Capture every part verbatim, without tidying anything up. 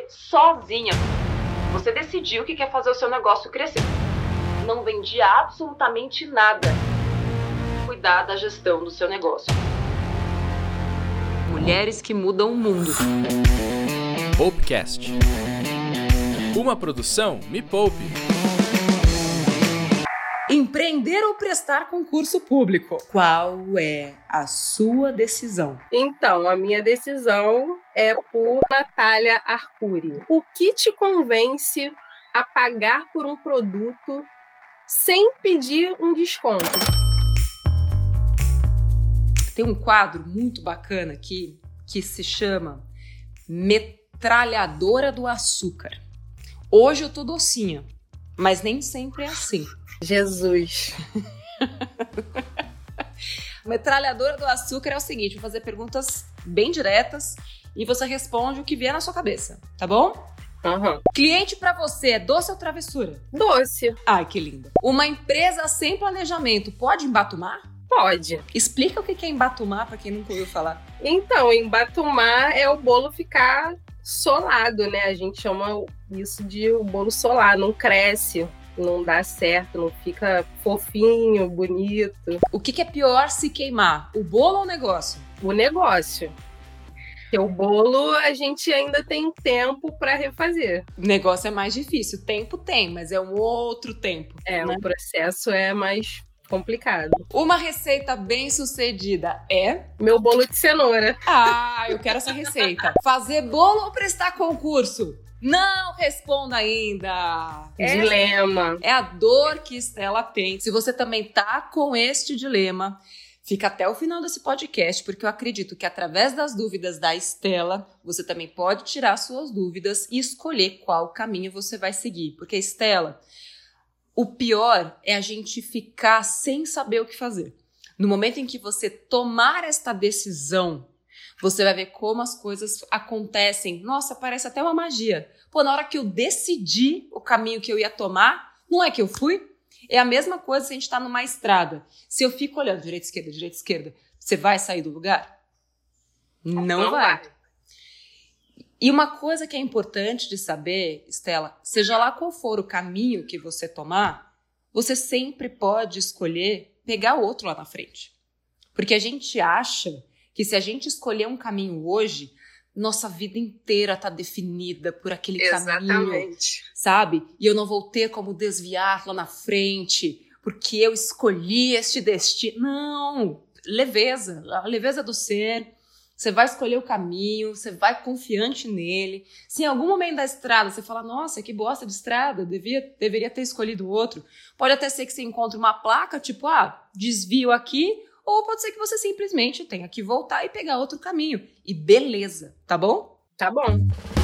sozinha. Você decidiu que quer fazer o seu negócio crescer. Não vende absolutamente nada. Cuidar da gestão do seu negócio. Mulheres que mudam o mundo. Poupecast. Uma produção Me Poupe. Empreender ou prestar concurso público? Qual é a sua decisão? Então, a minha decisão é por Natália Arcuri. O que te convence a pagar por um produto sem pedir um desconto? Tem um quadro muito bacana aqui que se chama Metralhadora do Açúcar. Hoje eu tô docinha, mas nem sempre é assim. Jesus. Metralhadora do Açúcar é o seguinte, vou fazer perguntas bem diretas e você responde o que vier na sua cabeça, tá bom? Uhum. Cliente pra você é doce ou travessura? Doce. Ai, que linda. Uma empresa sem planejamento pode embatumar? Pode. Explica o que é embatumar pra quem nunca ouviu falar. Então, embatumar é o bolo ficar solado, né? A gente chama isso de o bolo solar, não cresce. Não dá certo, não fica fofinho, bonito. O que, que é pior se queimar? O bolo ou o negócio? O negócio. Porque o bolo a gente ainda tem tempo para refazer. O negócio é mais difícil. Tempo tem, mas é um outro tempo. É, né? O processo é mais complicado. Uma receita bem sucedida é? Meu bolo de cenoura. Ah, eu quero essa receita. Fazer bolo ou prestar concurso? Não responda ainda. É, dilema. É a dor que Estela tem. Se você também tá com este dilema, fica até o final desse podcast, porque eu acredito que através das dúvidas da Estela, você também pode tirar suas dúvidas e escolher qual caminho você vai seguir. Porque, Estela, o pior é a gente ficar sem saber o que fazer. No momento em que você tomar esta decisão, você vai ver como as coisas acontecem. Nossa, parece até uma magia. Pô, na hora que eu decidi o caminho que eu ia tomar, não é que eu fui? É a mesma coisa se a gente tá numa estrada. Se eu fico olhando direita, esquerda, direita, esquerda, você vai sair do lugar? Não, não vai. vai. E uma coisa que é importante de saber, Estela, seja lá qual for o caminho que você tomar, você sempre pode escolher pegar outro lá na frente. Porque a gente acha que se a gente escolher um caminho hoje, nossa vida inteira tá definida por aquele Exatamente. caminho, sabe? E eu não vou ter como desviar lá na frente, porque eu escolhi este destino. Não! Leveza, a leveza do ser. Você vai escolher o caminho, você vai confiante nele. Se em algum momento da estrada você fala, nossa, que bosta de estrada, devia, deveria ter escolhido outro. Pode até ser que você encontre uma placa, tipo, ah, desvio aqui, ou pode ser que você simplesmente tenha que voltar e pegar outro caminho. E beleza, tá bom? Tá bom.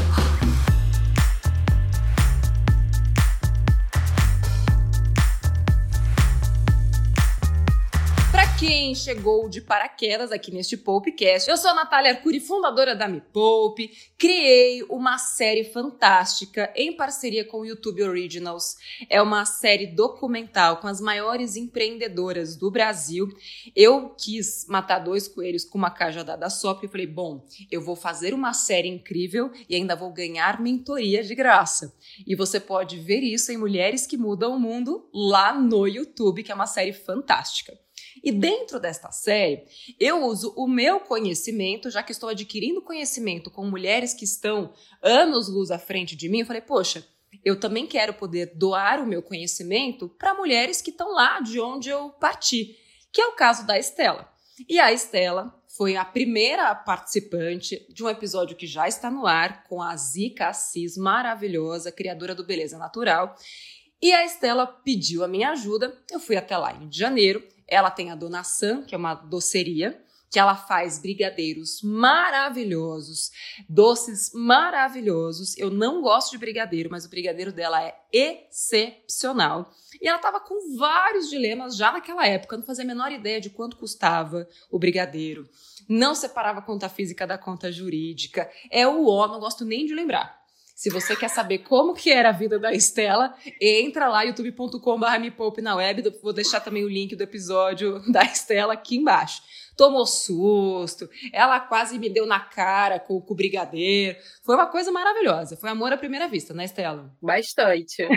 Quem chegou de paraquedas aqui neste Poupecast, eu sou a Natália Arcuri, fundadora da Me Poupe. Criei uma série fantástica em parceria com o YouTube Originals. É uma série documental com as maiores empreendedoras do Brasil. Eu quis matar dois coelhos com uma cajadada só, porque eu falei, bom, eu vou fazer uma série incrível e ainda vou ganhar mentoria de graça. E você pode ver isso em Mulheres que Mudam o Mundo lá no YouTube, que é uma série fantástica. E dentro desta série, eu uso o meu conhecimento, já que estou adquirindo conhecimento com mulheres que estão anos-luz à frente de mim, eu falei, poxa, eu também quero poder doar o meu conhecimento para mulheres que estão lá de onde eu parti, que é o caso da Estela. E a Estela foi a primeira participante de um episódio que já está no ar, com a Zica Assis, maravilhosa, criadora do Beleza Natural. E a Estela pediu a minha ajuda, eu fui até lá em janeiro. Ela tem a Dona Sam, que é uma doceria, que ela faz brigadeiros maravilhosos, doces maravilhosos. Eu não gosto de brigadeiro, mas o brigadeiro dela é excepcional. E ela estava com vários dilemas já naquela época, não fazia a menor ideia de quanto custava o brigadeiro. Não separava a conta física da conta jurídica. É o ó, não gosto nem de lembrar. Se você quer saber como que era a vida da Estela, entra lá, youtube ponto com ponto br me poupe na web. Vou deixar também o link do episódio da Estela aqui embaixo. tomou susto, ela quase me deu na cara com, com o brigadeiro. Foi uma coisa maravilhosa. Foi amor à primeira vista, né, Estela? Bastante.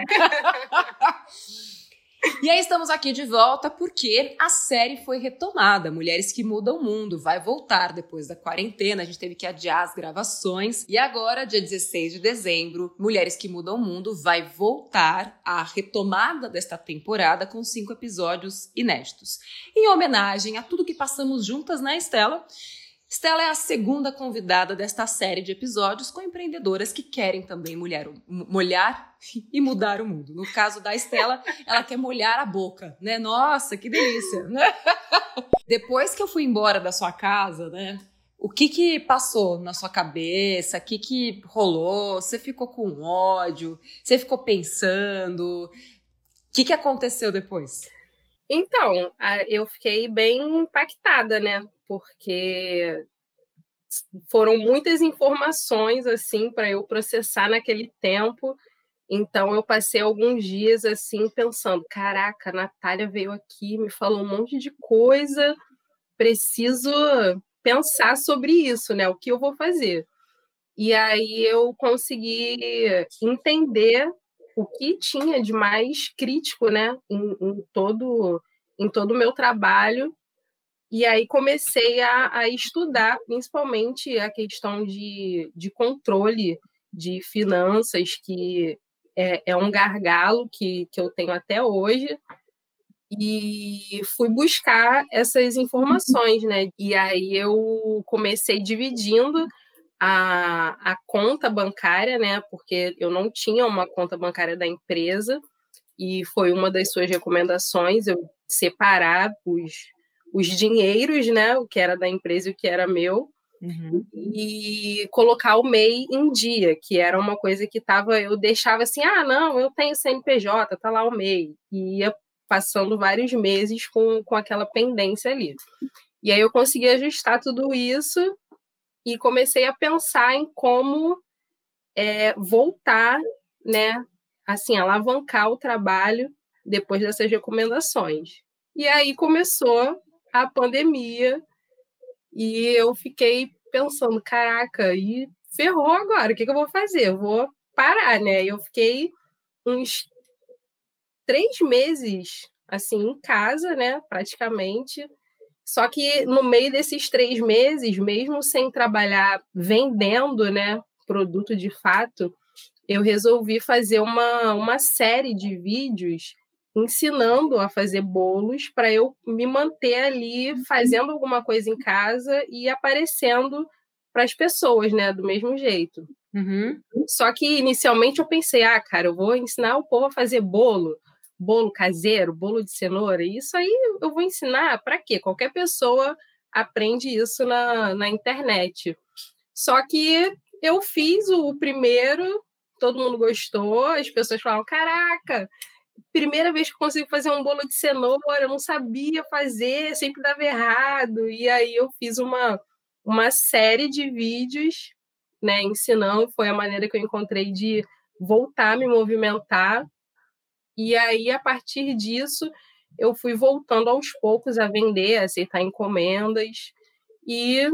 E aí estamos aqui de volta porque a série foi retomada. Mulheres que Mudam o Mundo vai voltar depois da quarentena. A gente teve que adiar as gravações. E agora, dia dezesseis de dezembro, Mulheres que Mudam o Mundo vai voltar à retomada desta temporada com cinco episódios inéditos. Em homenagem a tudo que passamos juntas, né, Estela? Estela é a segunda convidada desta série de episódios com empreendedoras que querem também molhar, molhar e mudar o mundo. No caso da Estela, ela quer molhar a boca, né? Nossa, que delícia! Depois que eu fui embora da sua casa, né? O que que passou na sua cabeça? O que que rolou? Você ficou com ódio? Você ficou pensando? O que que aconteceu depois? Então, eu fiquei bem impactada, né? Porque foram muitas informações, assim, para eu processar naquele tempo. Então, eu passei alguns dias, assim, pensando, caraca, a Natália veio aqui, me falou um monte de coisa, preciso pensar sobre isso, né? O que eu vou fazer? E aí eu consegui entender o que tinha de mais crítico, né, em, em todo em todo o meu trabalho. E aí comecei a, a estudar, principalmente a questão de, de controle de finanças, que é, é um gargalo que, que eu tenho até hoje. E fui buscar essas informações, né? E aí eu comecei dividindo a, a conta bancária, né? Porque eu não tinha uma conta bancária da empresa, e foi uma das suas recomendações eu separar os, os dinheiros, né? O que era da empresa e o que era meu, uhum. E colocar o M E I em dia, que era uma coisa que tava, eu deixava assim, ah, não, eu tenho C N P J, tá lá o M E I, e ia passando vários meses com, com aquela pendência ali. E aí eu consegui ajustar tudo isso e comecei a pensar em como é, voltar, né, assim, alavancar o trabalho depois dessas recomendações. E aí começou a pandemia e eu fiquei pensando, caraca, e ferrou agora, o que, que eu vou fazer? Eu vou parar, né? Eu fiquei uns três meses, assim, em casa, né, praticamente. Só que no meio desses três meses, mesmo sem trabalhar vendendo, né, produto de fato, eu resolvi fazer uma, uma série de vídeos ensinando a fazer bolos para eu me manter ali fazendo alguma coisa em casa e aparecendo para as pessoas, né, do mesmo jeito. Uhum. Só que inicialmente eu pensei, ah, cara, eu vou ensinar o povo a fazer bolo, bolo caseiro, bolo de cenoura, e isso aí eu vou ensinar para quê? Qualquer pessoa aprende isso na, na internet. Só que eu fiz o primeiro, todo mundo gostou, as pessoas falavam, caraca, primeira vez que eu consigo fazer um bolo de cenoura, eu não sabia fazer, sempre dava errado. E aí eu fiz uma, uma série de vídeos, né, ensinando, foi a maneira que eu encontrei de voltar a me movimentar. E aí, a partir disso, eu fui voltando aos poucos a vender, a aceitar encomendas, e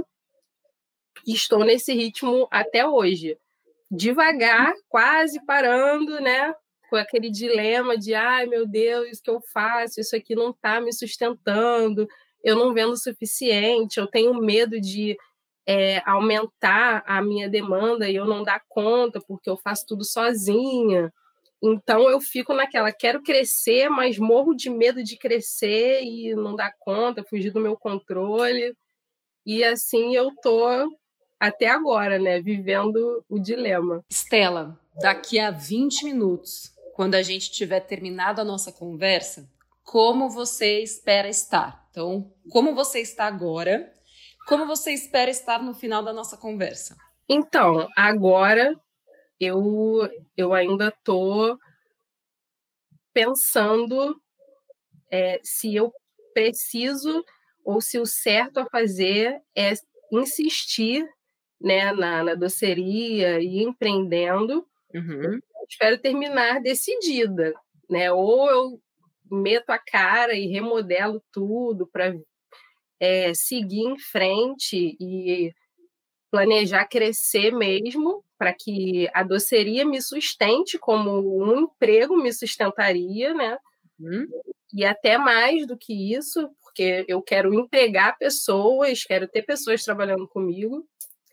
estou nesse ritmo até hoje. Devagar, quase parando, né? Com aquele dilema de, ai, meu Deus, o que eu faço? Isso aqui não está me sustentando, eu não vendo o suficiente, eu tenho medo de é, aumentar a minha demanda e eu não dar conta, porque eu faço tudo sozinha. Então, eu fico naquela, quero crescer, mas morro de medo de crescer e não dar conta, fugir do meu controle. E assim eu tô até agora, né, vivendo o dilema. Estela, daqui a vinte minutos, quando a gente tiver terminado a nossa conversa, como você espera estar? Então, como você está agora? Como você espera estar no final da nossa conversa? Então, agora eu, eu ainda estou pensando é, se eu preciso ou se o certo a fazer é insistir, né, na, na doceria e empreendendo. Uhum. Espero terminar decidida, né? Ou eu meto a cara e remodelo tudo para é, seguir em frente e planejar crescer mesmo, para que a doceria me sustente como um emprego me sustentaria, né? Hum? E até mais do que isso, porque eu quero empregar pessoas, quero ter pessoas trabalhando comigo.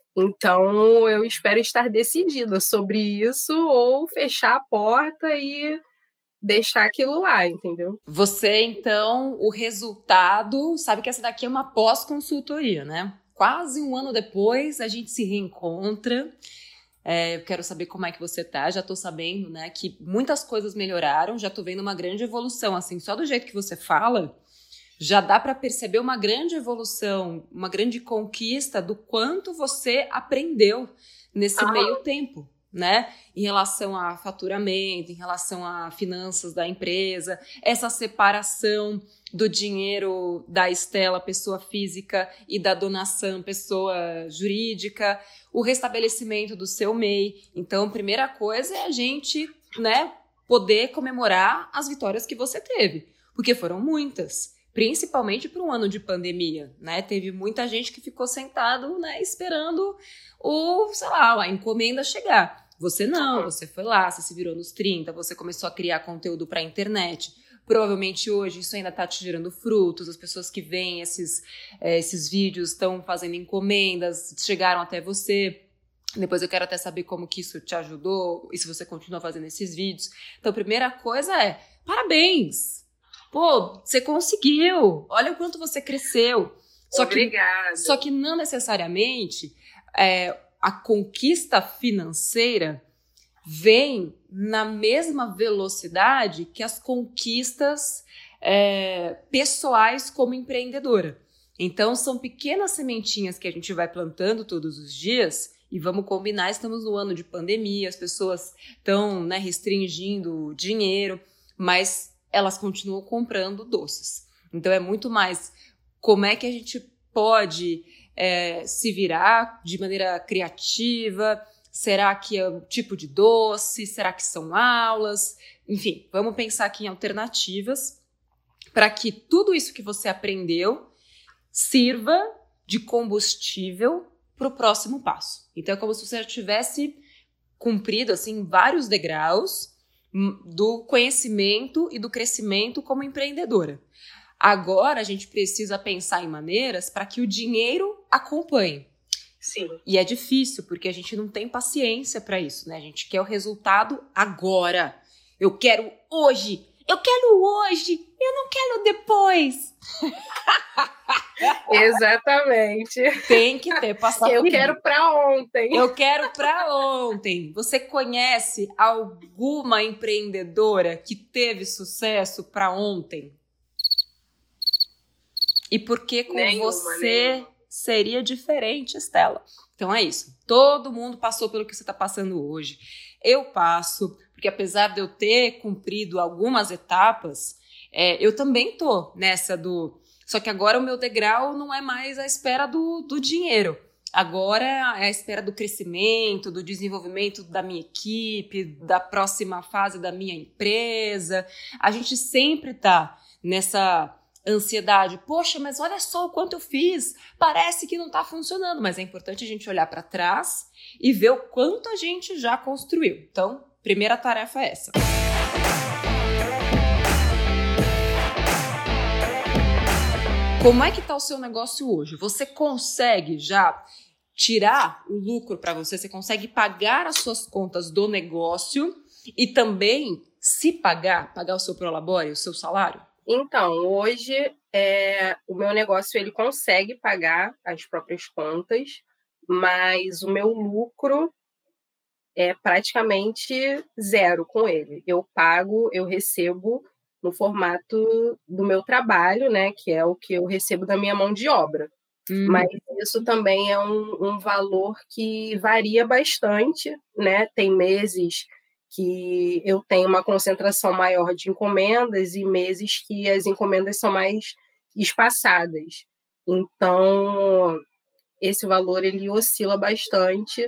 Então, eu espero estar decidida sobre isso ou fechar a porta e deixar aquilo lá, entendeu? Você, então, o resultado, sabe que essa daqui é uma pós-consultoria, né? Quase um ano depois, a gente se reencontra. É, eu quero saber como é que você tá. Já tô sabendo, né, que muitas coisas melhoraram. Já tô vendo uma grande evolução, assim, só do jeito que você fala, já dá para perceber uma grande evolução, uma grande conquista do quanto você aprendeu nesse Ah. meio tempo, né? Em relação a faturamento, em relação a finanças da empresa, essa separação do dinheiro da Estela, pessoa física, e da donação, pessoa jurídica, o restabelecimento do seu M E I. Então, a primeira coisa é a gente, né, poder comemorar as vitórias que você teve, porque foram muitas, principalmente para um ano de pandemia, né? Teve muita gente que ficou sentado, né, esperando o, sei lá, a encomenda chegar. Você não, você foi lá, você se virou nos trinta, você começou a criar conteúdo para a internet. Provavelmente hoje isso ainda está te gerando frutos, as pessoas que veem esses, é, esses vídeos estão fazendo encomendas, chegaram até você. Depois eu quero até saber como que isso te ajudou e se você continua fazendo esses vídeos. Então, a primeira coisa é, parabéns! Pô, você conseguiu! Olha o quanto você cresceu! Só que, Obrigada. Só que não necessariamente é, a conquista financeira vem na mesma velocidade que as conquistas é, pessoais como empreendedora. Então, são pequenas sementinhas que a gente vai plantando todos os dias e vamos combinar, estamos no ano de pandemia, as pessoas estão, né, restringindo o dinheiro, mas elas continuam comprando doces. Então, é muito mais como é que a gente pode é, se virar de maneira criativa. Será que é o tipo de doce? Será que são aulas? Enfim, vamos pensar aqui em alternativas para que tudo isso que você aprendeu sirva de combustível para o próximo passo. Então, é como se você já tivesse cumprido assim, vários degraus do conhecimento e do crescimento como empreendedora. Agora, a gente precisa pensar em maneiras para que o dinheiro acompanhe. Sim. E é difícil, porque a gente não tem paciência para isso, né? A gente quer o resultado agora. Eu quero hoje. Eu quero hoje. Eu não quero depois. Exatamente. Tem que ter paciência. Eu quero para ontem. Eu quero para ontem. Você conhece alguma empreendedora que teve sucesso para ontem? E por que com Nenhuma, você... nenhuma. Seria diferente, Estela. Então é isso. Todo mundo passou pelo que você está passando hoje. Eu passo, porque apesar de eu ter cumprido algumas etapas, é, eu também tô nessa do... Só que agora o meu degrau não é mais a espera do, do dinheiro. Agora é a espera do crescimento, do desenvolvimento da minha equipe, da próxima fase da minha empresa. A gente sempre tá nessa... ansiedade, poxa, mas olha só o quanto eu fiz, parece que não está funcionando, mas é importante a gente olhar para trás e ver o quanto a gente já construiu. Então, primeira tarefa é essa. Como é que está o seu negócio hoje? Você consegue já tirar o lucro para você? Você consegue pagar as suas contas do negócio e também se pagar, pagar o seu prolabore, o seu salário? Então, hoje, é, o meu negócio ele consegue pagar as próprias contas, mas o meu lucro é praticamente zero com ele. Eu pago, eu recebo no formato do meu trabalho, né, que é o que eu recebo da minha mão de obra. Hum. Mas isso também é um, um valor que varia bastante, né? Tem meses que eu tenho uma concentração maior de encomendas e meses que as encomendas são mais espaçadas. Então, esse valor ele oscila bastante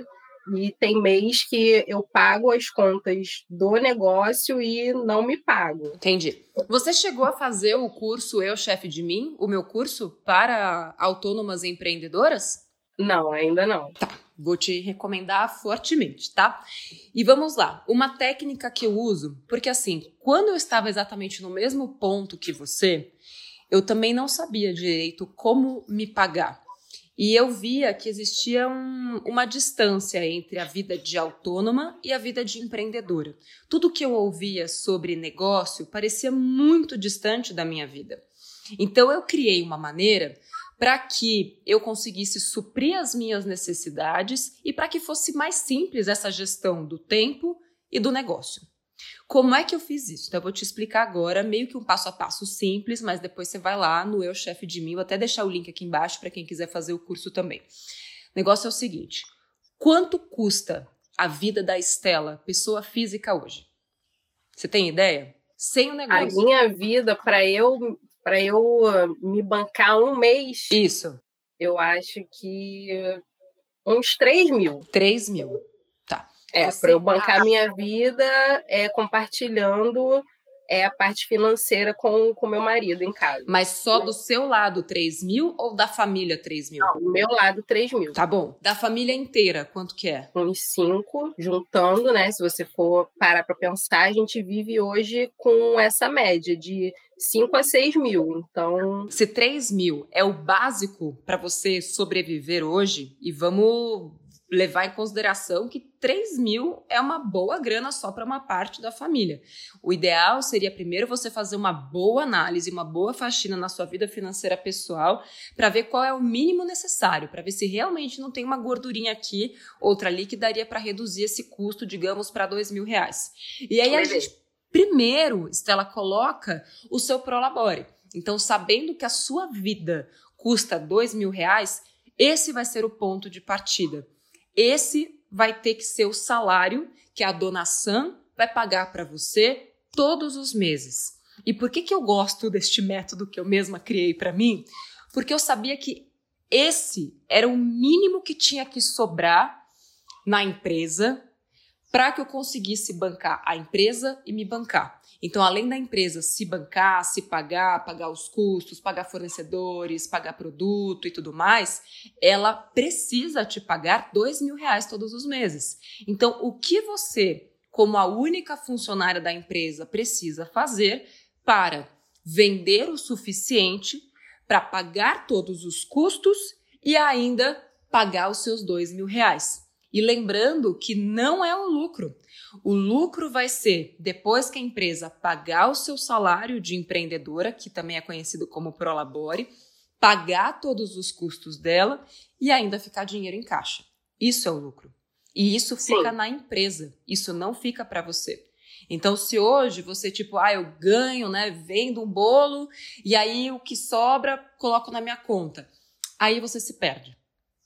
E tem mês que eu pago as contas do negócio e não me pago. Entendi. Você chegou a fazer o curso Eu, Chefe de Mim, o meu curso para autônomas e empreendedoras? Não, ainda não. Tá, vou te recomendar fortemente, tá? E vamos lá, uma técnica que eu uso, porque assim, quando eu estava exatamente no mesmo ponto que você, eu também não sabia direito como me pagar. E eu via que existia um, uma distância entre a vida de autônoma e a vida de empreendedora. Tudo que eu ouvia sobre negócio parecia muito distante da minha vida. Então eu criei uma maneira para que eu conseguisse suprir as minhas necessidades e para que fosse mais simples essa gestão do tempo e do negócio. Como é que eu fiz isso? Então eu vou te explicar agora, meio que um passo a passo simples, mas depois você vai lá no Eu, Chefe de Mim, vou até deixar o link aqui embaixo para quem quiser fazer o curso também. O negócio é o seguinte, quanto custa a vida da Estela, pessoa física hoje? Você tem ideia? Sem o negócio. A minha vida, para eu, para eu me bancar um mês, Isso. Eu acho que uns três mil. três mil. Tá. É, para eu bancar a minha vida é compartilhando é, a parte financeira com o meu marido em casa. Mas só do seu lado três mil ou da família três mil? Não, do meu lado três mil. Tá bom. Da família inteira, quanto que é? Uns cinco, juntando, né? Se você for parar para pensar, a gente vive hoje com essa média de cinco a seis mil. Então, se três mil é o básico para você sobreviver hoje, e vamos levar em consideração que três mil é uma boa grana só para uma parte da família. O ideal seria primeiro você fazer uma boa análise, uma boa faxina na sua vida financeira pessoal para ver qual é o mínimo necessário, para ver se realmente não tem uma gordurinha aqui, outra ali, que daria para reduzir esse custo, digamos, para dois mil reais. E aí a gente, primeiro, Estela, coloca o seu Prolabore. Então, sabendo que a sua vida custa dois mil reais, esse vai ser o ponto de partida. Esse vai ter que ser o salário que a dona Sam vai pagar para você todos os meses. E por que que eu gosto deste método que eu mesma criei para mim? Porque eu sabia que esse era o mínimo que tinha que sobrar na empresa para que eu conseguisse bancar a empresa e me bancar. Então, além da empresa se bancar, se pagar, pagar os custos, pagar fornecedores, pagar produto e tudo mais, ela precisa te pagar dois mil reais todos os meses. Então, o que você, como a única funcionária da empresa, precisa fazer para vender o suficiente para pagar todos os custos e ainda pagar os seus dois mil reais? E lembrando que não é o lucro. O lucro vai ser depois que a empresa pagar o seu salário de empreendedora, que também é conhecido como Prolabore, pagar todos os custos dela e ainda ficar dinheiro em caixa. Isso é o lucro. E isso fica Sim. na empresa. Isso não fica para você. Então, se hoje você, tipo, ah, eu ganho, né, vendo um bolo e aí o que sobra coloco na minha conta. Aí você se perde.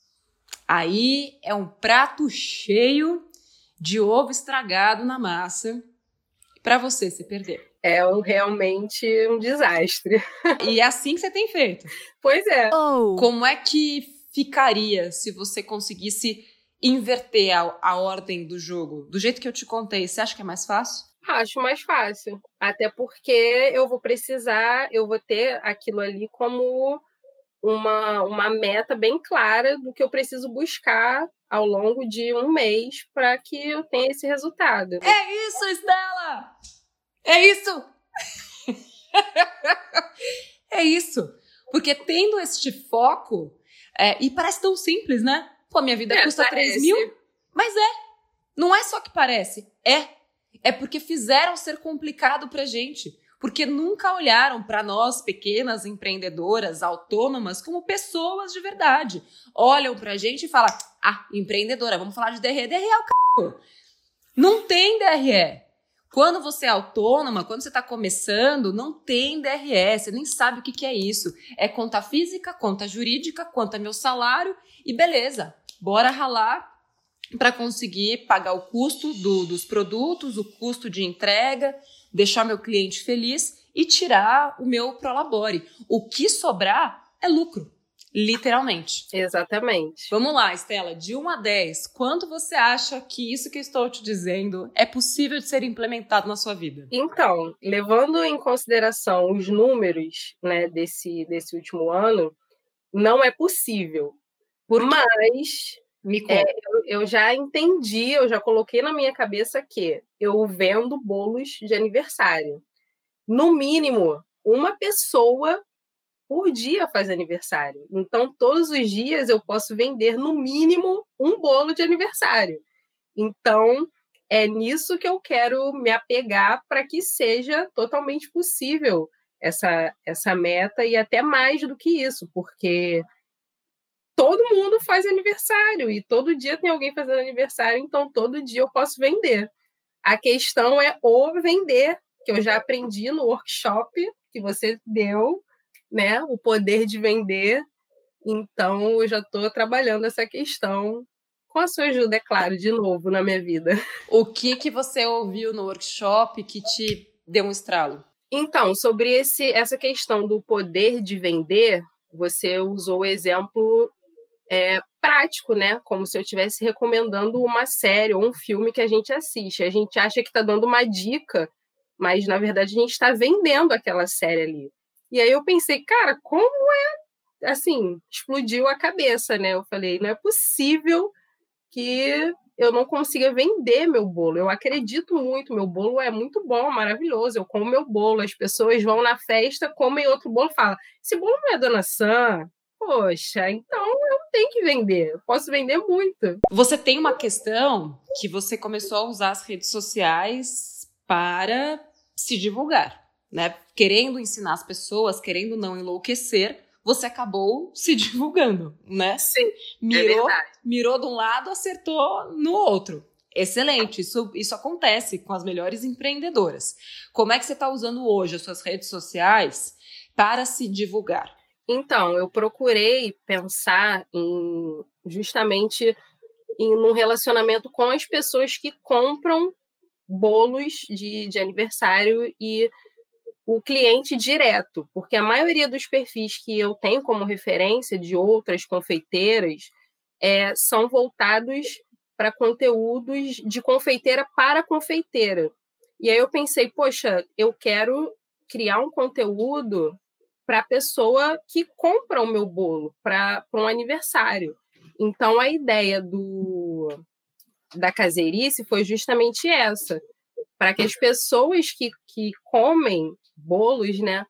Aí é um prato cheio de ovo estragado na massa para você se perder. É um, realmente um desastre. E é assim que você tem feito. Pois é. Oh. Como é que ficaria se você conseguisse inverter a, a ordem do jogo? Do jeito que eu te contei, você acha que é mais fácil? Acho mais fácil. Até porque eu vou precisar, eu vou ter aquilo ali como uma, uma meta bem clara do que eu preciso buscar ao longo de um mês para que eu tenha esse resultado. É isso, Estela! É isso! É isso! Porque tendo este foco, é, e parece tão simples, né? Pô, minha vida é, custa três mil, mas é. Não é só que parece, é. É porque fizeram ser complicado pra gente. Porque nunca olharam para nós, pequenas empreendedoras, autônomas, como pessoas de verdade. Olham pra gente e falam, ah, empreendedora, vamos falar de D R E. D R E é o c****. Não tem D R E. Quando você é autônoma, quando você está começando, não tem D R E. Você nem sabe o que, que é isso. É conta física, conta jurídica, quanto é meu salário e beleza. Bora ralar para conseguir pagar o custo do, dos produtos, o custo de entrega, deixar meu cliente feliz e tirar o meu Prolabore. O que sobrar é lucro. Literalmente. Exatamente. Vamos lá, Estela, de um a dez, quanto você acha que isso que eu estou te dizendo é possível de ser implementado na sua vida? Então, levando em consideração os números, né, desse, desse último ano, não é possível. Por Mas Me conta. é, eu, eu já entendi, eu já coloquei na minha cabeça que eu vendo bolos de aniversário. No mínimo, uma pessoa por dia faz aniversário. Então, todos os dias eu posso vender, no mínimo, um bolo de aniversário. Então, é nisso que eu quero me apegar para que seja totalmente possível essa, essa meta e até mais do que isso, porque todo mundo faz aniversário e todo dia tem alguém fazendo aniversário, então todo dia eu posso vender. A questão é o vender, que eu já aprendi no workshop que você deu, né? O poder de vender. Então, eu já estou trabalhando essa questão com a sua ajuda, é claro, de novo na minha vida. O que, que você ouviu no workshop que te deu um estralo? Então, sobre esse, essa questão do poder de vender, você usou o exemplo é, prático, né? Como se eu estivesse recomendando uma série ou um filme que a gente assiste. A gente acha que está dando uma dica, mas, na verdade, a gente está vendendo aquela série ali. E aí eu pensei, cara, como é... Assim, explodiu a cabeça, né? Eu falei, não é possível que eu não consiga vender meu bolo. Eu acredito muito, meu bolo é muito bom, maravilhoso. Eu como meu bolo, as pessoas vão na festa, comem outro bolo e falam, esse bolo não é Dona Sam? Poxa, então eu tenho que vender. Eu posso vender muito. Você tem uma questão que você começou a usar as redes sociais para se divulgar, né? Querendo ensinar as pessoas, querendo não enlouquecer, você acabou se divulgando, né? Sim, mirou, é verdade. Mirou de um lado, acertou no outro. Excelente, isso, isso acontece com as melhores empreendedoras. Como é que você está usando hoje as suas redes sociais para se divulgar? Então, eu procurei pensar em justamente em um relacionamento com as pessoas que compram bolos de, de aniversário e o cliente direto, porque a maioria dos perfis que eu tenho como referência de outras confeiteiras é, são voltados para conteúdos de confeiteira para confeiteira. E aí eu pensei, poxa, eu quero criar um conteúdo para a pessoa que compra o meu bolo para um aniversário. Então, a ideia do, da caseirice foi justamente essa, para que as pessoas que, que comem bolos, né,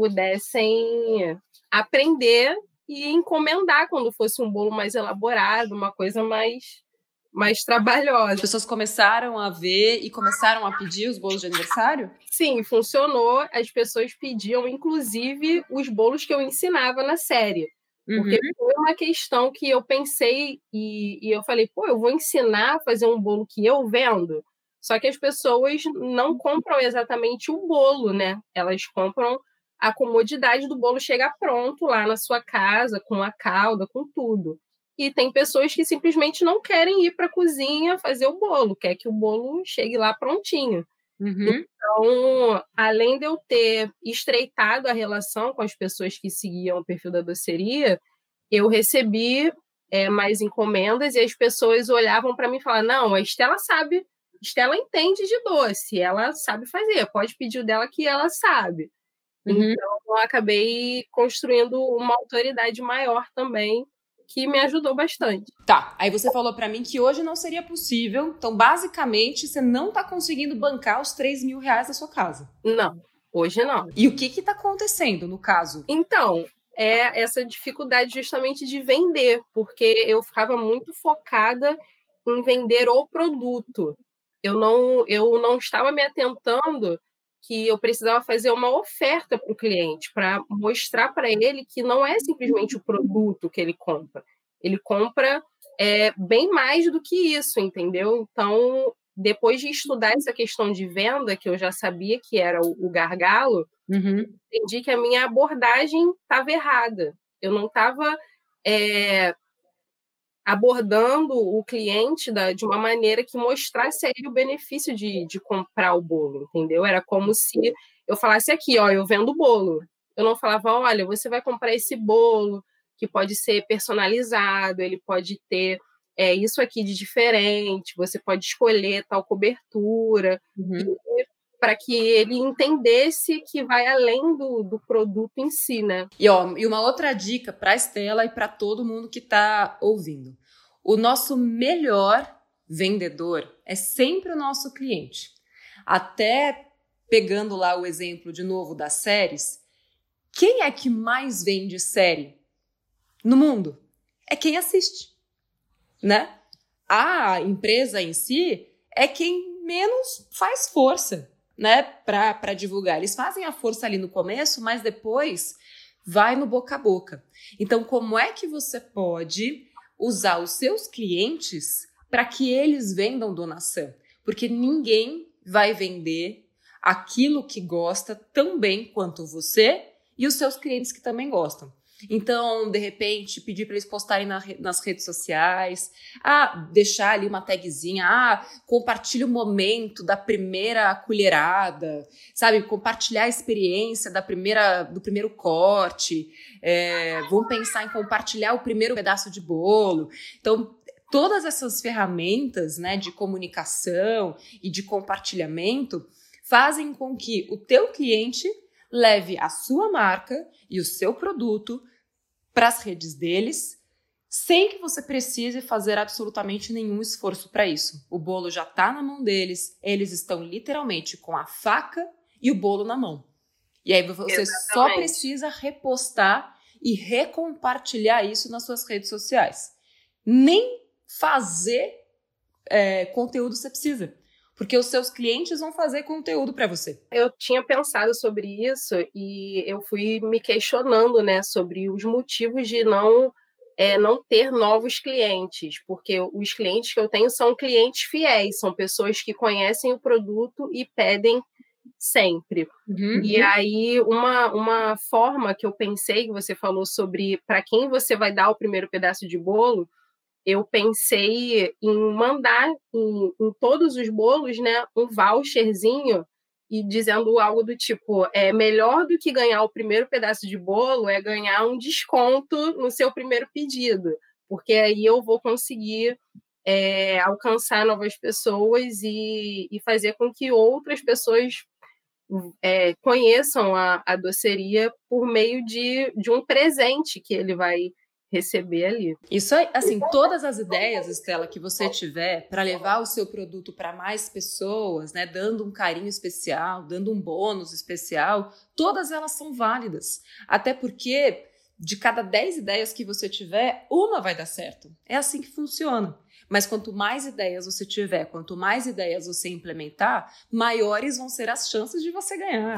pudessem aprender e encomendar quando fosse um bolo mais elaborado, uma coisa mais, mais trabalhosa. As pessoas começaram a ver e começaram a pedir os bolos de aniversário? Sim, funcionou. As pessoas pediam, inclusive, os bolos que eu ensinava na série. Porque uhum. foi uma questão que eu pensei e, e eu falei, pô, eu vou ensinar a fazer um bolo que eu vendo? Só que as pessoas não compram exatamente o bolo, né? Elas compram a comodidade do bolo chegar pronto lá na sua casa, com a calda, com tudo. E tem pessoas que simplesmente não querem ir para a cozinha fazer o bolo, quer que o bolo chegue lá prontinho. Uhum. Então, além de eu ter estreitado a relação com as pessoas que seguiam o perfil da doceria, eu recebi é, mais encomendas e as pessoas olhavam para mim e falavam, não, a Estela sabe, Estela entende de doce, ela sabe fazer, pode pedir o dela que ela sabe. Uhum. Então, eu acabei construindo uma autoridade maior também, que me ajudou bastante. Tá, aí você falou pra mim que hoje não seria possível, então basicamente você não tá conseguindo bancar os três mil reais da sua casa. Não, hoje não. E o que que tá acontecendo no caso? Então, é essa dificuldade justamente de vender, porque eu ficava muito focada em vender o produto. Eu não, eu não estava me atentando que eu precisava fazer uma oferta para o cliente, para mostrar para ele que não é simplesmente o produto que ele compra. Ele compra é, bem mais do que isso, entendeu? Então, depois de estudar essa questão de venda, que eu já sabia que era o, o gargalo, uhum. entendi que a minha abordagem estava errada. Eu não estava é, abordando o cliente da, de uma maneira que mostrasse a ele o benefício de, de comprar o bolo, entendeu? Era como se eu falasse aqui, ó, eu vendo bolo. Eu não falava, olha, você vai comprar esse bolo que pode ser personalizado, ele pode ter é, isso aqui de diferente, você pode escolher tal cobertura, Uhum. para que ele entendesse que vai além do, do produto em si, né? E, ó, e uma outra dica para a Estela e para todo mundo que está ouvindo. O nosso melhor vendedor é sempre o nosso cliente. Até pegando lá o exemplo de novo das séries, quem é que mais vende série no mundo? É quem assiste, né? A empresa em si é quem menos faz força, né, para divulgar. Eles fazem a força ali no começo, mas depois vai no boca a boca. Então, como é que você pode usar os seus clientes para que eles vendam Dona Sam? Porque ninguém vai vender aquilo que gosta tão bem quanto você e os seus clientes que também gostam. Então, de repente, pedir para eles postarem na, nas redes sociais, ah, deixar ali uma tagzinha, ah, compartilha o momento da primeira colherada, sabe? Compartilhar a experiência da primeira, do primeiro corte, é, vão pensar em compartilhar o primeiro pedaço de bolo. Então, todas essas ferramentas, né, de comunicação e de compartilhamento fazem com que o teu cliente leve a sua marca e o seu produto para as redes deles, sem que você precise fazer absolutamente nenhum esforço para isso. O bolo já está na mão deles, eles estão literalmente com a faca e o bolo na mão. E aí você Exatamente. Só precisa repostar e recompartilhar isso nas suas redes sociais. Nem fazer é, conteúdo você precisa. Porque os seus clientes vão fazer conteúdo para você. Eu tinha pensado sobre isso e eu fui me questionando, né, sobre os motivos de não, é, não ter novos clientes, porque os clientes que eu tenho são clientes fiéis, são pessoas que conhecem o produto e pedem sempre. Uhum. E aí, uma, uma forma que eu pensei, que você falou sobre para quem você vai dar o primeiro pedaço de bolo, eu pensei em mandar em, em todos os bolos, né, um voucherzinho e dizendo algo do tipo, é melhor do que ganhar o primeiro pedaço de bolo é ganhar um desconto no seu primeiro pedido, porque aí eu vou conseguir é, alcançar novas pessoas e, e fazer com que outras pessoas é, conheçam a, a doceria por meio de, de um presente que ele vai receber ali. Isso aí, assim, todas as ideias, Estela, que você tiver para levar o seu produto para mais pessoas, né, dando um carinho especial, dando um bônus especial, todas elas são válidas. Até porque de cada dez ideias que você tiver, uma vai dar certo. É assim que funciona. Mas quanto mais ideias você tiver, quanto mais ideias você implementar, maiores vão ser as chances de você ganhar.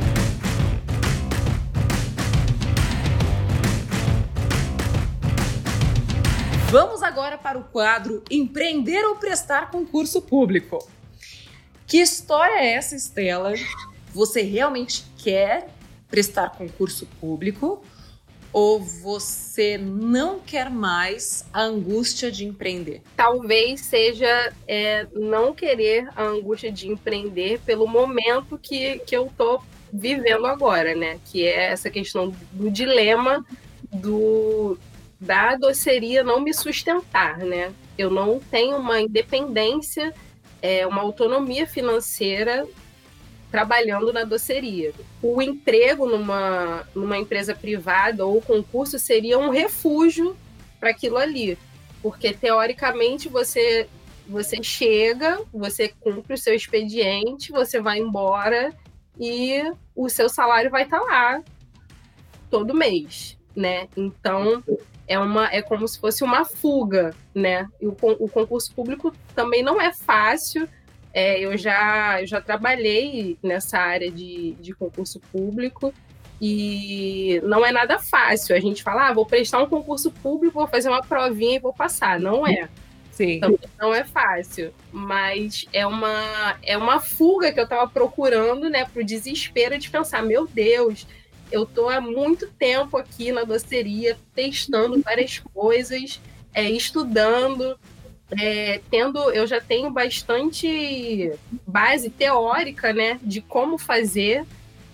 Vamos agora para o quadro Empreender ou Prestar Concurso Público. Que história é essa, Estela? Você realmente quer prestar concurso público ou você não quer mais a angústia de empreender? Talvez seja é, não querer a angústia de empreender pelo momento que, que eu estou vivendo agora, né? Que é essa questão do dilema do... da doceria não me sustentar, né? Eu não tenho uma independência, é, uma autonomia financeira trabalhando na doceria. O emprego numa, numa empresa privada ou concurso seria um refúgio para aquilo ali, porque teoricamente você, você chega, você cumpre o seu expediente, você vai embora e o seu salário vai estar lá todo mês, né? Então É, uma, é como se fosse uma fuga, né? E o, o concurso público também não é fácil. É, eu, já, eu já trabalhei nessa área de, de concurso público e não é nada fácil. A gente fala, ah, vou prestar um concurso público, vou fazer uma provinha e vou passar. Não é. Sim. Também não é fácil. Mas é uma, é uma fuga que eu estava procurando, né? Para o desespero de pensar, meu Deus... Eu estou há muito tempo aqui na doceria, testando várias coisas, é, estudando, é, tendo, eu já tenho bastante base teórica, né, de como fazer,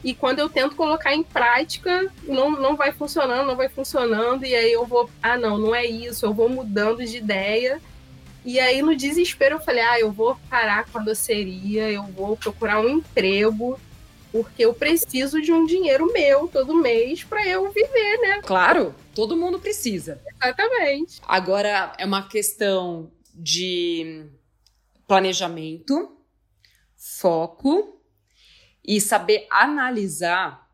e quando eu tento colocar em prática, não, não vai funcionando, não vai funcionando, e aí eu vou, ah, não, não é isso, eu vou mudando de ideia. E aí, no desespero, eu falei, ah, eu vou parar com a doceria, eu vou procurar um emprego, porque eu preciso de um dinheiro meu todo mês para eu viver, né? Claro, todo mundo precisa. Exatamente. Agora, é uma questão de planejamento, foco e saber analisar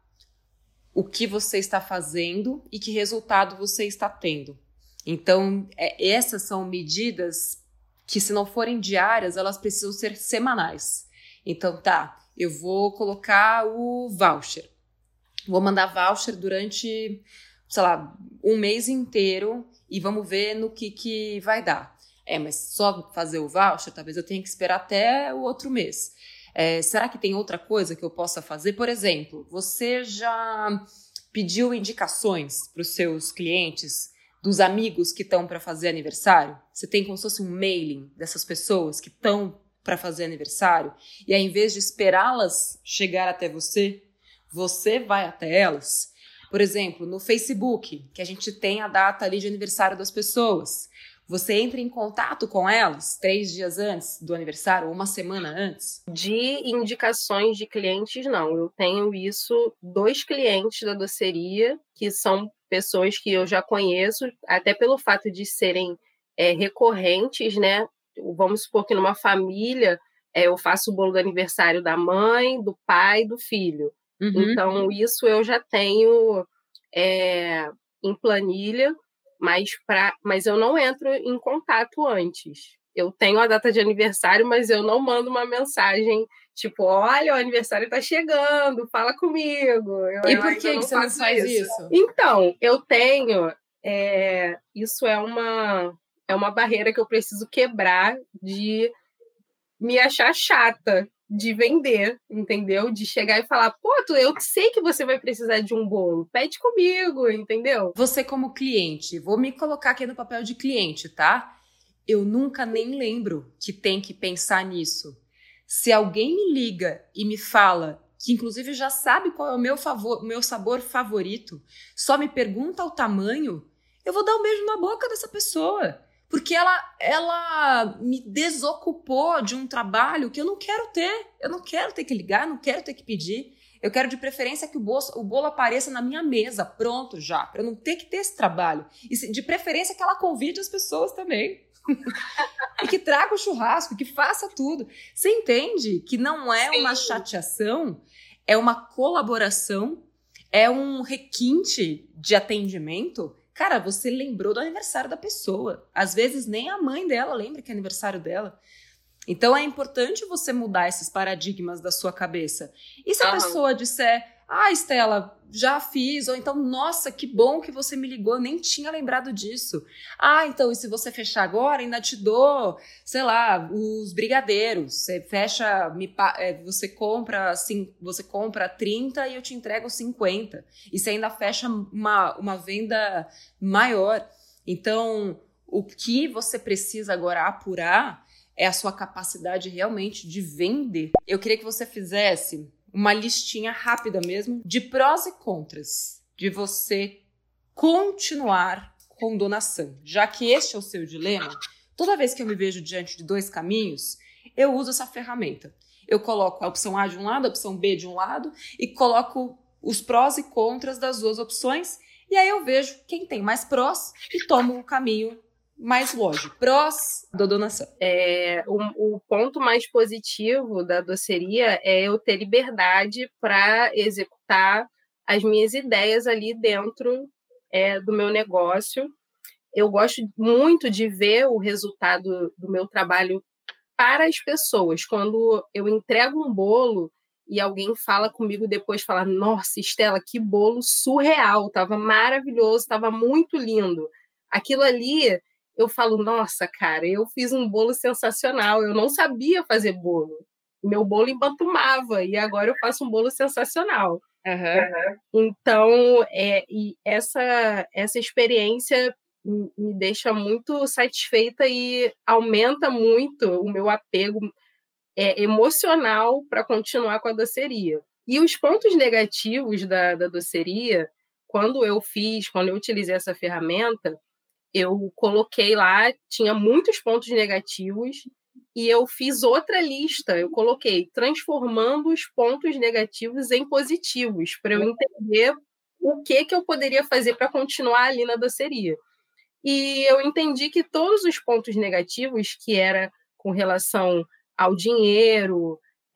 o que você está fazendo e que resultado você está tendo. Então, é, essas são medidas que, se não forem diárias, elas precisam ser semanais. Então, tá, eu vou colocar o voucher. Vou mandar voucher durante, sei lá, um mês inteiro e vamos ver no que, que vai dar. É, mas só fazer o voucher, talvez eu tenha que esperar até o outro mês. É, será que tem outra coisa que eu possa fazer? Por exemplo, você já pediu indicações para os seus clientes dos amigos que estão para fazer aniversário? Você tem como se fosse um mailing dessas pessoas que estão para fazer aniversário, e ao invés de esperá-las chegar até você, você vai até elas. Por exemplo, no Facebook, que a gente tem a data ali de aniversário das pessoas, você entra em contato com elas três dias antes do aniversário, ou uma semana antes? De indicações de clientes, não. Eu tenho isso, dois clientes da doceria, que são pessoas que eu já conheço, até pelo fato de serem é, recorrentes, né? Vamos supor que numa família é, eu faço o bolo do aniversário da mãe, do pai, do filho. Uhum. Então, isso eu já tenho é, em planilha, mas, pra, mas eu não entro em contato antes. Eu tenho a data de aniversário, mas eu não mando uma mensagem tipo, olha, o aniversário está chegando, fala comigo. Eu, e eu por que, que você não faz isso? isso? Então, eu tenho... É, isso é uma... É uma barreira que eu preciso quebrar de me achar chata de vender, entendeu? De chegar e falar, pô, tu, eu sei que você vai precisar de um bolo, pede comigo, entendeu? Você como cliente, vou me colocar aqui no papel de cliente, tá? Eu nunca nem lembro que tem que pensar nisso. Se alguém me liga e me fala, que inclusive já sabe qual é o meu, favor, meu sabor favorito, só me pergunta o tamanho, eu vou dar um beijo na boca dessa pessoa. Porque ela, ela me desocupou de um trabalho que eu não quero ter. Eu não quero ter que ligar, não quero ter que pedir. Eu quero, de preferência, que o bolo, o bolo apareça na minha mesa, pronto já, para eu não ter que ter esse trabalho. E, de preferência, que ela convide as pessoas também. E que traga o churrasco, que faça tudo. Você entende que não é Sim. uma chateação, é uma colaboração, é um requinte de atendimento. Cara, você lembrou do aniversário da pessoa. Às vezes nem a mãe dela lembra que é aniversário dela. Então é importante você mudar esses paradigmas da sua cabeça. E se a uhum. pessoa disser, ah, Estela, já fiz, ou então, nossa, que bom que você me ligou, eu nem tinha lembrado disso. Ah, então, e se você fechar agora, ainda te dou, sei lá, os brigadeiros. Você fecha, me, você compra assim, você compra trinta e eu te entrego cinquenta. E você ainda fecha uma, uma venda maior. Então, o que você precisa agora apurar é a sua capacidade realmente de vender. Eu queria que você fizesse uma listinha rápida mesmo de prós e contras de você continuar com donação. Já que este é o seu dilema, toda vez que eu me vejo diante de dois caminhos, eu uso essa ferramenta. Eu coloco a opção A de um lado, a opção B de um lado e coloco os prós e contras das duas opções e aí eu vejo quem tem mais prós e tomo o caminho mais lógico. Prós da donação. É, o, o ponto mais positivo da doceria é eu ter liberdade para executar as minhas ideias ali dentro é, do meu negócio. Eu gosto muito de ver o resultado do meu trabalho para as pessoas. Quando eu entrego um bolo e alguém fala comigo depois, fala, nossa, Estela, que bolo surreal, estava maravilhoso, estava muito lindo. Aquilo ali... eu falo, nossa, cara, eu fiz um bolo sensacional, eu não sabia fazer bolo. Meu bolo embantumava, e agora eu faço um bolo sensacional. Uhum. Então, é, e essa, essa experiência me deixa muito satisfeita e aumenta muito o meu apego é, emocional para continuar com a doceria. E os pontos negativos da, da doceria, quando eu fiz, quando eu utilizei essa ferramenta, eu coloquei lá, tinha muitos pontos negativos, e eu fiz outra lista, eu coloquei transformando os pontos negativos em positivos, para eu entender o que, que eu poderia fazer para continuar ali na doceria. E eu entendi que todos os pontos negativos, que era com relação ao dinheiro,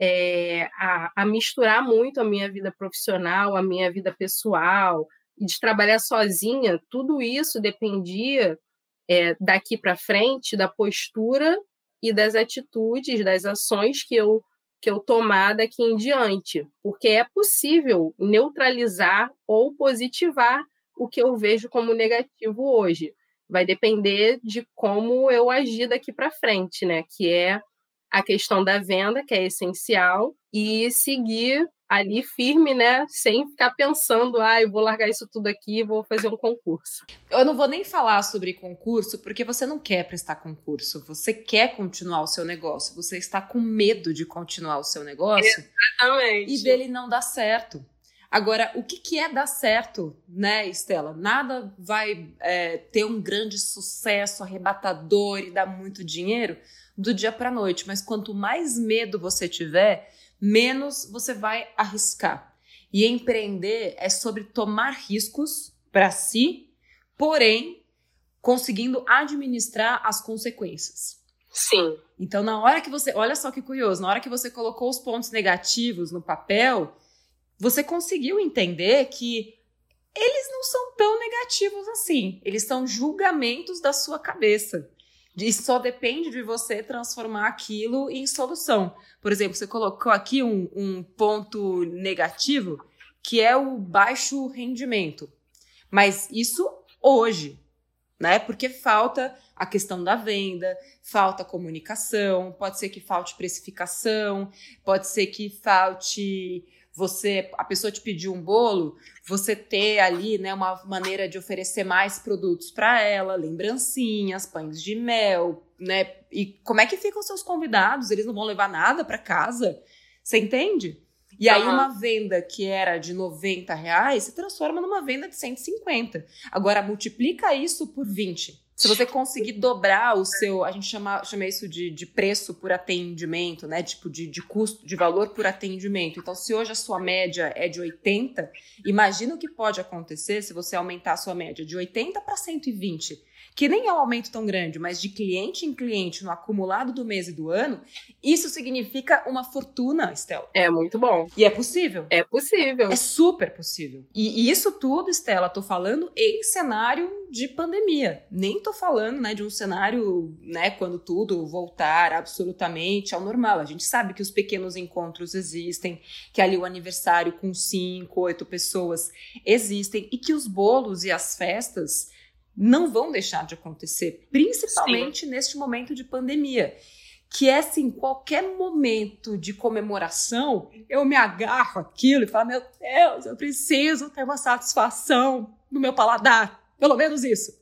é, a, a misturar muito a minha vida profissional, a minha vida pessoal, e de trabalhar sozinha, tudo isso dependia é, daqui para frente da postura e das atitudes, das ações que eu, que eu tomar daqui em diante, porque é possível neutralizar ou positivar o que eu vejo como negativo hoje. Vai depender de como eu agir daqui para frente, né? Que é a questão da venda, que é essencial, e seguir ali firme, né? Sem ficar pensando, ah, eu vou largar isso tudo aqui e vou fazer um concurso. Eu não vou nem falar sobre concurso, porque você não quer prestar concurso. Você quer continuar o seu negócio. Você está com medo de continuar o seu negócio. Exatamente. E dele não dar certo. Agora, o que, que é dar certo, né, Estela? Nada vai é, ter um grande sucesso arrebatador e dar muito dinheiro do dia para a noite. Mas quanto mais medo você tiver, menos você vai arriscar. E empreender é sobre tomar riscos para si, porém, conseguindo administrar as consequências. Sim. Então, na hora que você... Olha só que curioso. Na hora que você colocou os pontos negativos no papel, você conseguiu entender que eles não são tão negativos assim. Eles são julgamentos da sua cabeça. E só depende de você transformar aquilo em solução. Por exemplo, você colocou aqui um, um ponto negativo, que é o baixo rendimento. Mas isso hoje, né? Porque falta a questão da venda, falta comunicação, pode ser que falte precificação, pode ser que falte... Você, a pessoa te pediu um bolo, você ter ali, né, uma maneira de oferecer mais produtos para ela, lembrancinhas, pães de mel, né? E como é que ficam os seus convidados? Eles não vão levar nada para casa? Você entende? E aí, uma venda que era de noventa reais se transforma numa venda de cento e cinquenta. Agora, multiplica isso por vinte. Se você conseguir dobrar o seu... A gente chama, chama isso de, de preço por atendimento, né? Tipo, de, de custo, de valor por atendimento. Então, se hoje a sua média é de oitenta, imagina o que pode acontecer se você aumentar a sua média de oitenta para cento e vinte. Que nem é um aumento tão grande, mas de cliente em cliente no acumulado do mês e do ano, isso significa uma fortuna, Estela. É muito bom. E é possível. É possível. É super possível. E, e isso tudo, Estela, tô falando em cenário de pandemia. Nem tô falando, né, de um cenário, né, quando tudo voltar absolutamente ao normal. A gente sabe que os pequenos encontros existem, que ali o aniversário com cinco, oito pessoas existem, e que os bolos e as festas não vão deixar de acontecer, principalmente Sim. neste momento de pandemia, que é assim, qualquer momento de comemoração, eu me agarro àquilo e falo, meu Deus, eu preciso ter uma satisfação no meu paladar, pelo menos isso.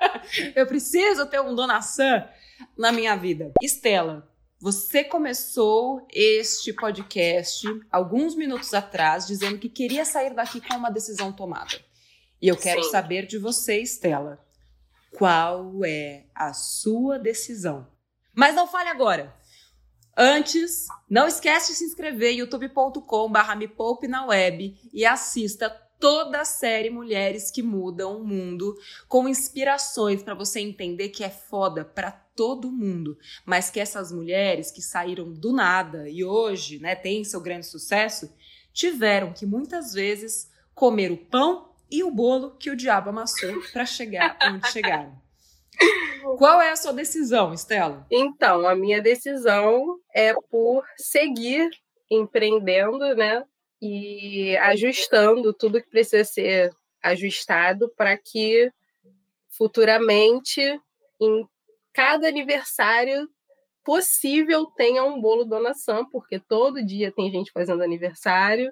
Eu preciso ter um Dona Sam na minha vida. Estela, você começou este podcast alguns minutos atrás, dizendo que queria sair daqui com uma decisão tomada. E eu quero Sim. saber de você, Estela, qual é a sua decisão? Mas não fale agora. Antes, não esquece de se inscrever em youtube ponto com barra me poupe na web e assista toda a série Mulheres que Mudam o Mundo, com inspirações para você entender que é foda para todo mundo, mas que essas mulheres que saíram do nada e hoje, né, têm seu grande sucesso, tiveram que muitas vezes comer o pão e o bolo que o diabo amassou para chegar onde chegaram. Qual é a sua decisão, Estela? Então, a minha decisão é por seguir empreendendo, né? E ajustando tudo que precisa ser ajustado para que futuramente, em cada aniversário possível, tenha um bolo Dona Sam, porque todo dia tem gente fazendo aniversário.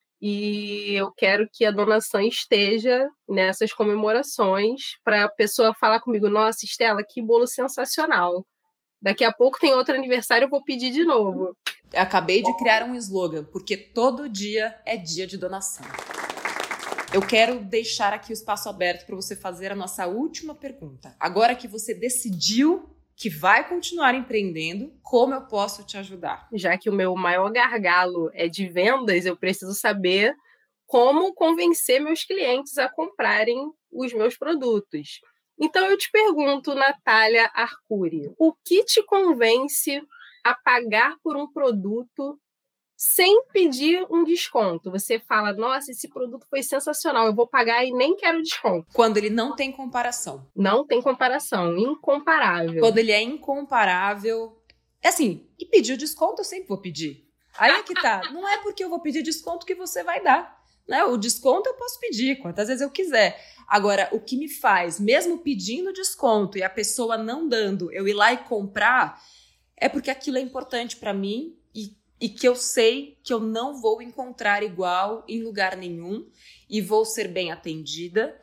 E eu quero que a Dona Sam esteja nessas comemorações para a pessoa falar comigo, nossa, Estela, que bolo sensacional. Daqui a pouco tem outro aniversário, eu vou pedir de novo. Eu acabei de criar um slogan, porque todo dia é dia de donação. Eu quero deixar aqui o espaço aberto para você fazer a nossa última pergunta. Agora que você decidiu que vai continuar empreendendo, como eu posso te ajudar? Já que o meu maior gargalo é de vendas, eu preciso saber como convencer meus clientes a comprarem os meus produtos. Então eu te pergunto, Natália Arcuri, o que te convence a pagar por um produto sem pedir um desconto? Você fala, nossa, esse produto foi sensacional, eu vou pagar e nem quero desconto. Quando ele não tem comparação. Não tem comparação, incomparável. Quando ele é incomparável, é assim, e pedir o desconto eu sempre vou pedir. Aí é que tá, não é porque eu vou pedir desconto que você vai dar. Né? O desconto eu posso pedir quantas vezes eu quiser. Agora, o que me faz, mesmo pedindo desconto e a pessoa não dando, eu ir lá e comprar, é porque aquilo é importante para mim e, e que eu sei que eu não vou encontrar igual em lugar nenhum e vou ser bem atendida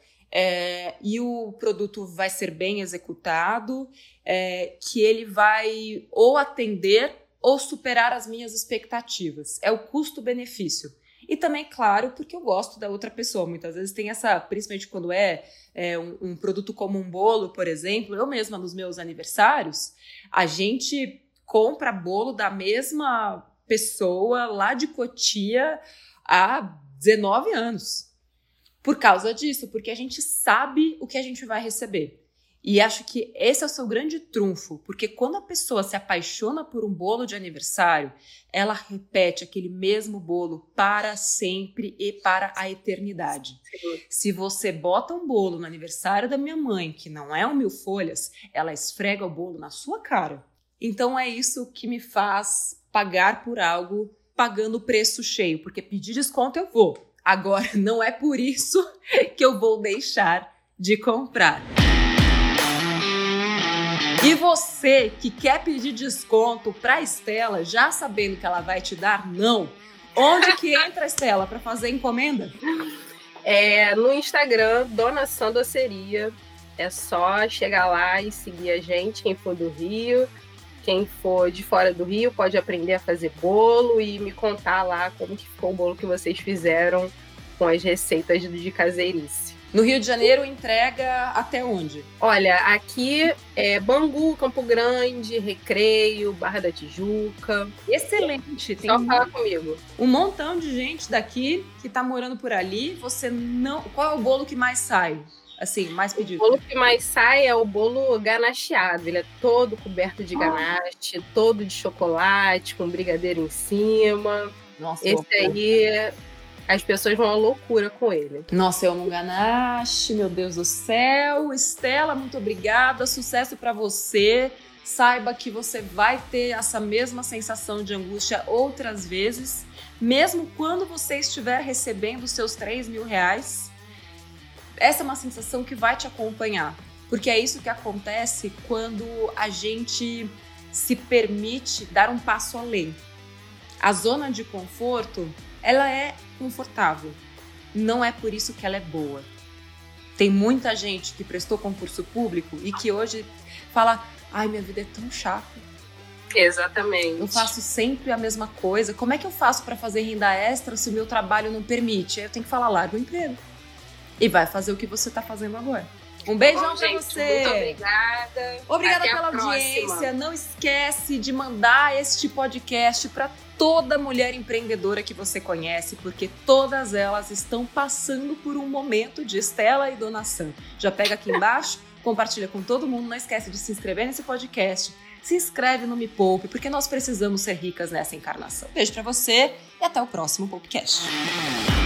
é, e o produto vai ser bem executado, é, que ele vai ou atender ou superar as minhas expectativas. É o custo-benefício. E também, claro, porque eu gosto da outra pessoa. Muitas vezes tem essa, principalmente quando é, é um, um produto como um bolo, por exemplo. Eu mesma, nos meus aniversários, a gente compra bolo da mesma pessoa lá de Cotia há dezenove anos. Por causa disso, porque a gente sabe o que a gente vai receber. E acho que esse é o seu grande trunfo, porque quando a pessoa se apaixona por um bolo de aniversário, ela repete aquele mesmo bolo para sempre e para a eternidade. Sim. Se você bota um bolo no aniversário da minha mãe, que não é um mil folhas, ela esfrega o bolo na sua cara. Então é isso que me faz pagar por algo pagando o preço cheio, porque pedir desconto eu vou. Agora, não é por isso que eu vou deixar de comprar. E você que quer pedir desconto pra Estela, já sabendo que ela vai te dar não, onde que entra a Estela para fazer encomenda? É, no Instagram, Donação Doceria. É só chegar lá e seguir a gente, quem for do Rio. Quem for de fora do Rio pode aprender a fazer bolo e me contar lá como que ficou o bolo que vocês fizeram com as receitas de caseirice. No Rio de Janeiro, entrega até onde? Olha, aqui é Bangu, Campo Grande, Recreio, Barra da Tijuca. Excelente. Tem Só um, falar comigo. Um montão de gente daqui que tá morando por ali. Você não... Qual é o bolo que mais sai? Assim, mais pedido. O bolo que mais sai é o bolo ganacheado. Ele é todo coberto de ganache, oh. todo de chocolate, com brigadeiro em cima. Nossa, esse aí... As pessoas vão à loucura com ele. Nossa, eu amo ganache, meu Deus do céu. Estela, muito obrigada. Sucesso pra você. Saiba que você vai ter essa mesma sensação de angústia outras vezes, mesmo quando você estiver recebendo os seus três mil reais. Essa é uma sensação que vai te acompanhar, porque é isso que acontece quando a gente se permite dar um passo além. A zona de conforto, ela é confortável. Não é por isso que ela é boa. Tem muita gente que prestou concurso público e que hoje fala, ai, minha vida é tão chata. Exatamente. Eu faço sempre a mesma coisa. Como é que eu faço para fazer renda extra se o meu trabalho não permite? Aí eu tenho que falar, larga o emprego. E vai fazer o que você tá fazendo agora. Um beijão pra você. Muito obrigada. Obrigada Até pela a audiência. próxima. Não esquece de mandar este podcast para toda mulher empreendedora que você conhece, porque todas elas estão passando por um momento de Estela e donação. Já pega aqui embaixo, compartilha com todo mundo. Não esquece de se inscrever nesse podcast. Se inscreve no Me Poupe, porque nós precisamos ser ricas nessa encarnação. Beijo pra você e até o próximo podcast.